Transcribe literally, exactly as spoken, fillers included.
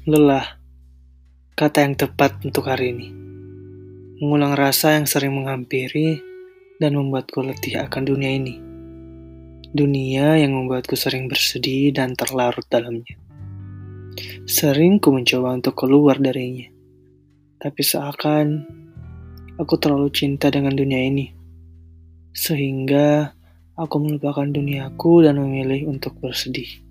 Lelah, kata yang tepat untuk hari ini. Mengulang rasa yang sering menghampiri dan membuatku letih akan dunia ini. Dunia yang membuatku sering bersedih dan terlarut dalamnya. Sering ku mencoba untuk keluar darinya. Tapi seakan aku terlalu cinta dengan dunia ini. Sehingga aku melupakan duniaku dan memilih untuk bersedih.